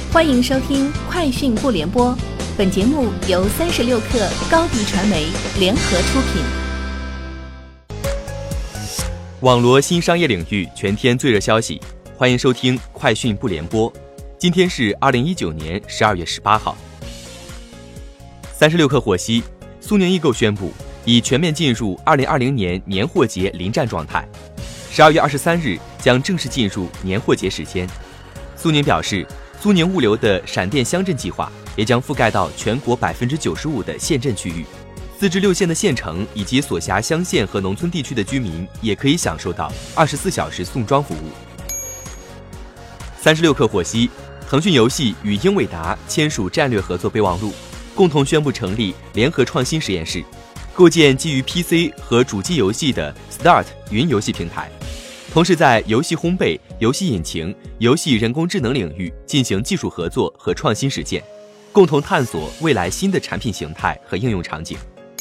欢迎收听快讯不联播，本节目由36克高迪传媒联合出品。 网罗新商业领域全天最热消息，欢迎收听快讯不联播。今天是2019年12月18号。36克获悉，苏宁易购宣布已全面进入2020年年货节临战状态，12月23日将正式进入年货节时间。苏宁表示，苏宁物流的闪电乡镇计划也将覆盖到全国95%的县镇区域，4至6线的县城以及所辖乡县和农村地区的居民也可以享受到24小时送装服务。36克获悉，腾讯游戏与英伟达签署战略合作备忘录，共同宣布成立联合创新实验室，构建基于 PC 和主机游戏的 Start 云游戏平台，同时在游戏烘焙、游戏引擎、游戏人工智能领域进行技术合作和创新实践，共同探索未来新的产品形态和应用场景。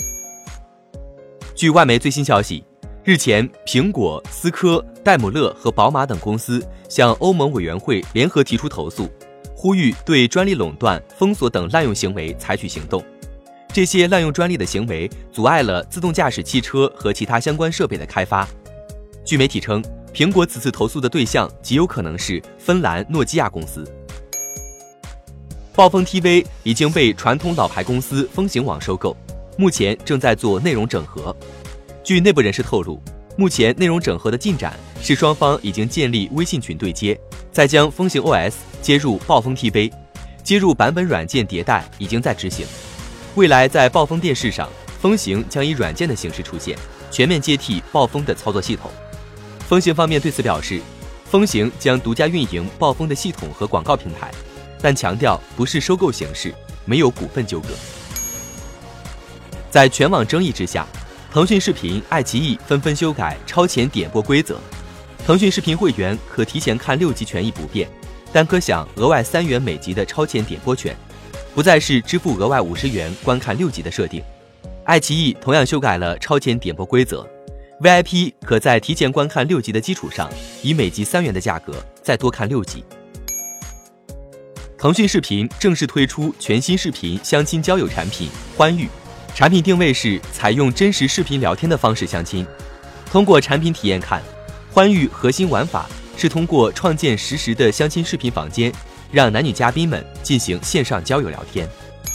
据外媒最新消息，日前苹果、思科、戴姆勒和宝马等公司向欧盟委员会联合提出投诉，呼吁对专利垄断、封锁等滥用行为采取行动。这些滥用专利的行为阻碍了自动驾驶汽车和其他相关设备的开发。据媒体称，苹果此次投诉的对象极有可能是芬兰诺基亚公司。暴风 TV 已经被传统老牌公司风行网收购，目前正在做内容整合。据内部人士透露，目前内容整合的进展是双方已经建立微信群对接，再将风行 OS 接入暴风 TV， 接入版本软件迭代已经在执行。未来在暴风电视上，风行将以软件的形式出现，全面接替暴风的操作系统。风行方面对此表示，风行将独家运营暴风的系统和广告平台，但强调不是收购形式，没有股份纠葛。在全网争议之下，腾讯视频、爱奇艺纷纷修改超前点播规则。腾讯视频会员可提前看6集权益不变，但可享额外3元每集的超前点播权，不再是支付额外50元观看6集的设定。爱奇艺同样修改了超前点播规则， VIP 可在提前观看6集的基础上，以每集3元的价格再多看6集。腾讯视频正式推出全新视频相亲交友产品欢遇，产品定位是采用真实视频聊天的方式相亲。通过产品体验看，欢遇核心玩法是通过创建实时的相亲视频房间，让男女嘉宾们进行线上交友聊天。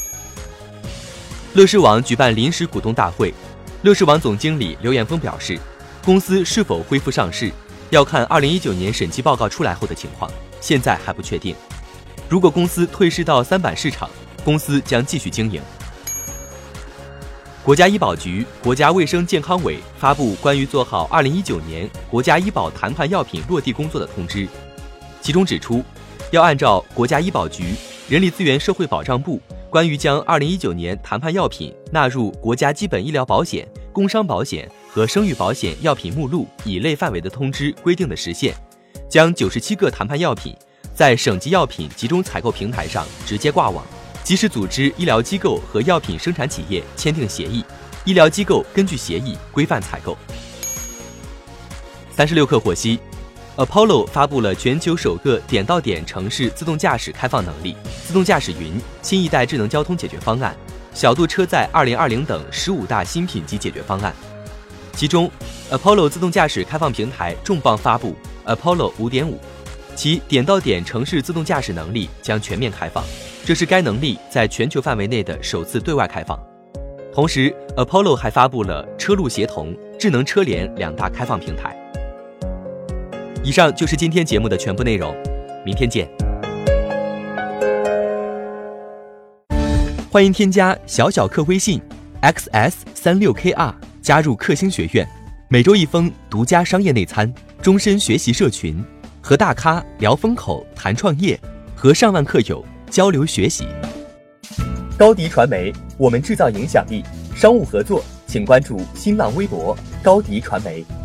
乐视网举办临时股东大会，乐视网总经理刘岩峰表示，公司是否恢复上市要看2019年审计报告出来后的情况，现在还不确定。如果公司退市到3板市场，公司将继续经营。国家医保局、国家卫生健康委发布关于做好2019年国家医保谈判药品落地工作的通知，其中指出，要按照国家医保局、人力资源社会保障部关于将2019年谈判药品纳入国家基本医疗保险、工伤保险和生育保险药品目录乙类范围的通知规定的时限，将97个谈判药品在省级药品集中采购平台上直接挂网，及时组织医疗机构和药品生产企业签订协议，医疗机构根据协议规范采购。36克获悉， Apollo 发布了全球首个点到点城市自动驾驶开放能力、自动驾驶云新一代智能交通解决方案、小度车载2020等15大新品级解决方案。其中 Apollo 自动驾驶开放平台重磅发布 Apollo 5.5， 其点到点城市自动驾驶能力将全面开放，这是该能力在全球范围内的首次对外开放。同时 Apollo 还发布了车路协同、智能车联2大开放平台。以上就是今天节目的全部内容，明天见。欢迎添加小小客微信 XS36KR 加入克星学院，每周1封独家商业内参，终身学习社群，和大咖聊风口谈创业，和上万客友交流学习。高迪传媒，我们制造影响力。商务合作请关注新浪微博高迪传媒。